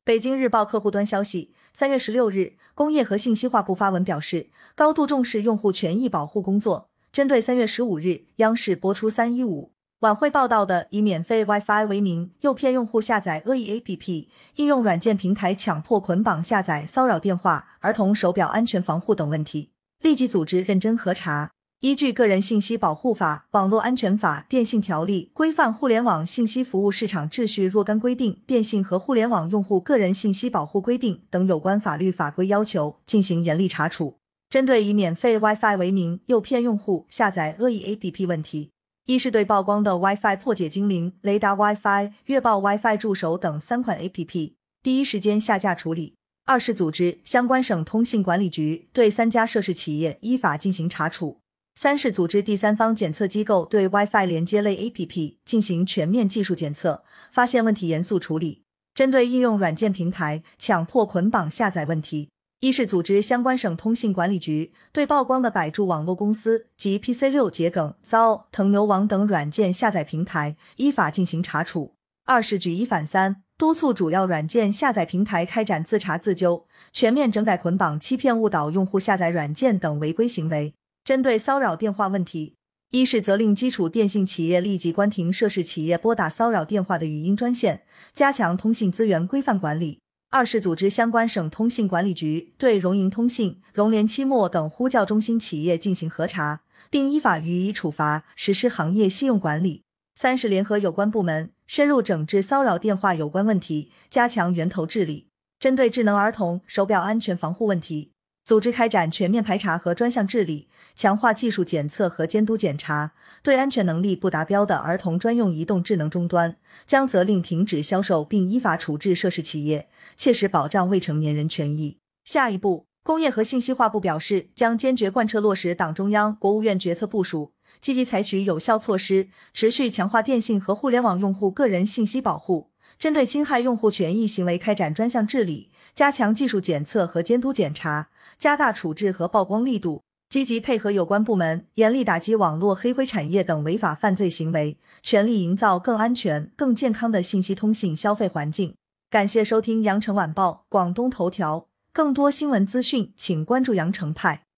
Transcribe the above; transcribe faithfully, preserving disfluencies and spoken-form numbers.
北京日报客户端消息，三月十六日，工业和信息化部发文表示，高度重视用户权益保护工作。针对三月十五日央视播出三一五晚会报道的以免费 Wi-Fi 为名诱骗用户下载恶意 A P P， 应用软件平台强迫捆绑下载骚扰电话、儿童手表安全防护等问题，立即组织认真核查。依据《个人信息保护法》、《网络安全法》、《电信条例》、《规范互联网信息服务市场秩序若干规定》、《电信和互联网用户个人信息保护规定》等有关法律法规要求，进行严厉查处。针对以免费 Wi-Fi 为名诱骗用户下载恶意 A P P 问题，一是对曝光的 Wi-Fi 破解精灵、雷达 Wi-Fi、月报 Wi-Fi 助手等三款 A P P 第一时间下架处理；二是组织相关省通信管理局对三家涉事企业依法进行查处；三是组织第三方检测机构对 Wi-Fi 连接类 A P P 进行全面技术检测，发现问题严肃处理。针对应用软件平台强迫捆绑下载问题，一是组织相关省通信管理局对曝光的百度网络公司及 P C 六 桔梗、糟、腾牛网等软件下载平台依法进行查处；二是举一反三，督促主要软件下载平台开展自查自纠，全面整改捆绑、欺骗、误导用户下载软件等违规行为。针对骚扰电话问题，一是责令基础电信企业立即关停涉事企业拨打骚扰电话的语音专线，加强通信资源规范管理；二是组织相关省通信管理局对融盈通信、融联期末等呼叫中心企业进行核查，并依法予以处罚，实施行业信用管理；三是联合有关部门深入整治骚扰电话有关问题，加强源头治理。针对智能儿童手表安全防护问题，组织开展全面排查和专项治理，强化技术检测和监督检查，对安全能力不达标的儿童专用移动智能终端，将责令停止销售并依法处置涉事企业，切实保障未成年人权益。下一步，工业和信息化部表示，将坚决贯彻落实党中央、国务院决策部署，积极采取有效措施，持续强化电信和互联网用户个人信息保护，针对侵害用户权益行为开展专项治理，加强技术检测和监督检查，加大处置和曝光力度，积极配合有关部门，严厉打击网络黑灰产业等违法犯罪行为，全力营造更安全、更健康的信息通信消费环境。感谢收听羊城晚报广东头条，更多新闻资讯请关注羊城派。